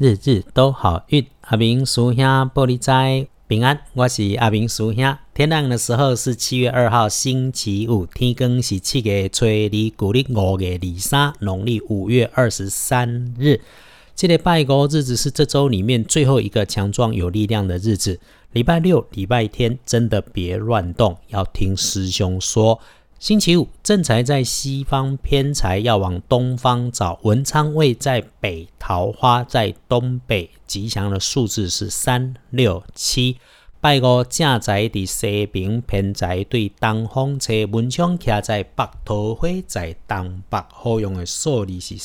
日日都好运。阿明叔兄玻璃斋平安，我是阿明叔兄。天亮的时候是7月2号星期五，天光是7月初2，古历5月23，农历5月23日。这个拜五日子是这周里面最后一个强壮有力量的日子。礼拜六、礼拜天真的别乱动，要听师兄说。星期五正财在西方，偏财要往东方找。文昌位在北，桃花在东北，吉祥的数字是3、6、7。拜五正财在西边，偏财对东方找。文昌徛在北，桃花在东北，好用的数字是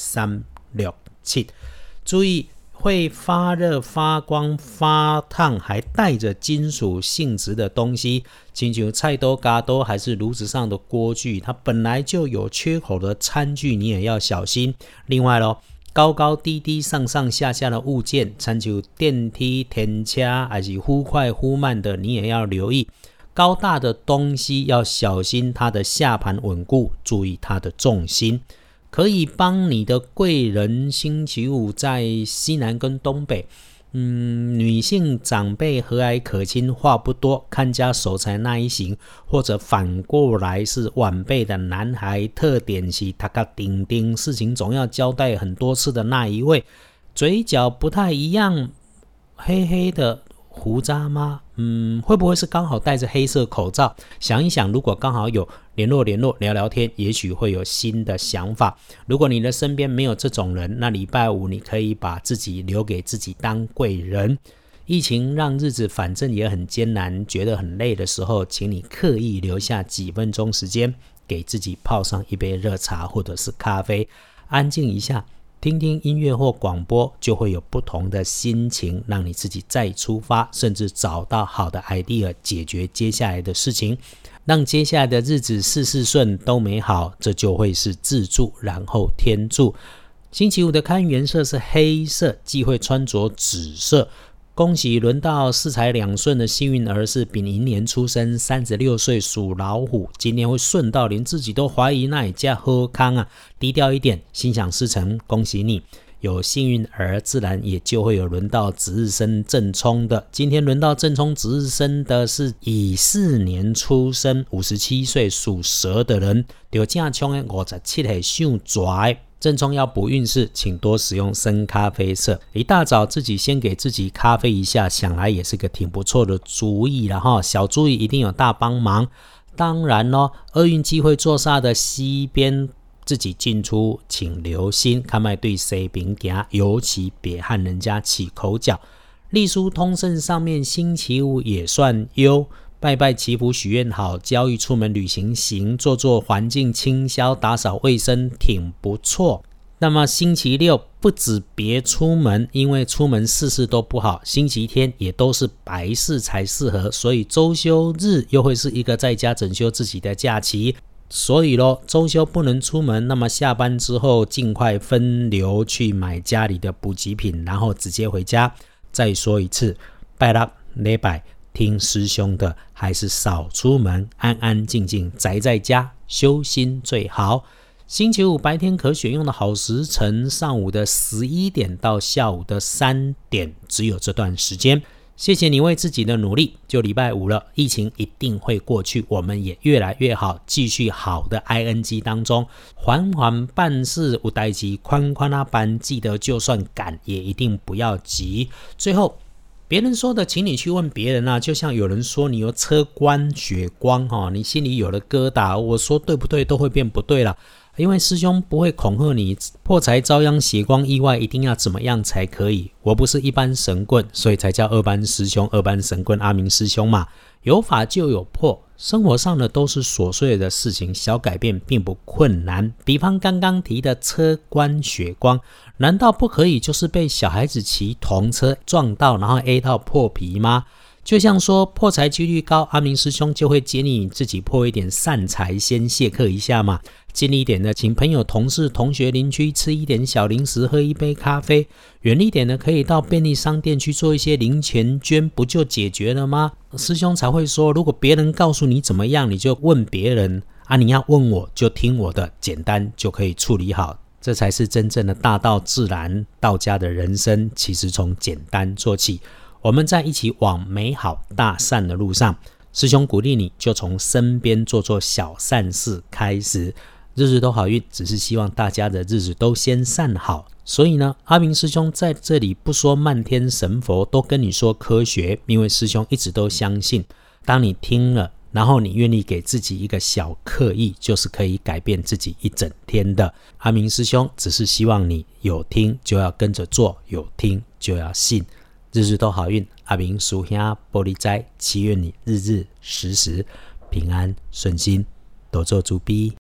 3、6、7。注意，会发热、发光、发烫，还带着金属性质的东西，亲像菜刀、夹刀还是炉子上的锅具，它本来就有缺口的餐具，你也要小心。另外咯，高高低低、上上下下的物件，亲像电梯、天车还是忽快忽慢的，你也要留意。高大的东西要小心它的下盘稳固，注意它的重心。可以帮你的贵人，星期五在西南跟东北。女性长辈和蔼可亲，话不多，看家守财那一型，或者反过来是晚辈的男孩，特点是他个顶顶，事情总要交代很多次的那一位，嘴角不太一样，黑黑的胡渣吗？会不会是刚好戴着黑色口罩？想一想，如果刚好有联络聊聊天，也许会有新的想法。如果你的身边没有这种人，那礼拜五你可以把自己留给自己当贵人。疫情让日子反正也很艰难，觉得很累的时候，请你刻意留下几分钟时间，给自己泡上一杯热茶或者是咖啡，安静一下，听听音乐或广播，就会有不同的心情，让你自己再出发，甚至找到好的 idea 解决接下来的事情，让接下来的日子事事顺都美好，这就会是自助，然后天助。星期五的看颜色是黑色，忌讳穿着紫色。恭喜轮到4财2顺的幸运儿是丙寅年出生，36岁属老虎，今年会顺到连自己都怀疑那也叫好康啊！低调一点，心想事成，恭喜你。有幸运儿，自然也就会有轮到值日生正冲的。今天轮到正冲值日生的是乙巳年出生，57岁属蛇的人，就正冲的57岁属蛇。正冲要补运势，请多使用深咖啡色。一大早自己先给自己咖啡一下，想来也是个挺不错的主意啦齁，小注意一定有大帮忙。当然咯，厄运机会坐煞的西边，自己进出请留心，看卖对西边行，尤其别和人家起口角。隶书通胜上面星期五也算优，拜拜祈福许愿好，交易出门旅行行，做环境清消打扫卫生挺不错。那么星期六不止别出门，因为出门事事都不好，星期天也都是白事才适合，所以周休日又会是一个在家整修自己的假期。所以咯，周休不能出门，那么下班之后尽快分流去买家里的补给品，然后直接回家。再说一次，拜六礼拜听师兄的，还是少出门，安安静静宅在家修心最好。星期五白天可选用的好时辰，上午的11点到下午的3点，只有这段时间。谢谢你为自己的努力，就礼拜五了，疫情一定会过去，我们也越来越好，继续好的 ING 当中，缓缓办事，有代志宽宽啊办，记得就算赶也一定不要急。最后别人说的请你去问别人啊，就像有人说你有车关血光你心里有了疙瘩，我说对不对都会变不对了。因为师兄不会恐吓你破财遭殃血光意外一定要怎么样才可以，我不是一般神棍，所以才叫二班师兄二班神棍阿明师兄嘛。有法就有破，生活上的都是琐碎的事情，小改变并不困难。比方刚刚提的车关血光，难道不可以就是被小孩子骑童车撞到然后 A 到破皮吗？就像说破财几率高，阿明师兄就会建议你自己破一点善财，先谢客一下嘛。近一点的，请朋友、同事、同学、邻居吃一点小零食，喝一杯咖啡；远一点的，可以到便利商店去做一些零钱捐，不就解决了吗？师兄才会说，如果别人告诉你怎么样，你就问别人啊，你要问我就听我的，简单就可以处理好。 这才是真正的大道自然。道家的人生其实从简单做起，我们在一起往美好大善的路上。师兄鼓励你就从身边做做小善事开始，日日都好运，只是希望大家的日子都先善好。所以呢，阿明师兄在这里不说漫天神佛，都跟你说科学，因为师兄一直都相信，当你听了，然后你愿意给自己一个小刻意，就是可以改变自己一整天的。阿明师兄只是希望你有听就要跟着做，有听就要信，日日都好运。阿明师兄玻璃斋，祈愿你日日时时平安顺心，多做主逼。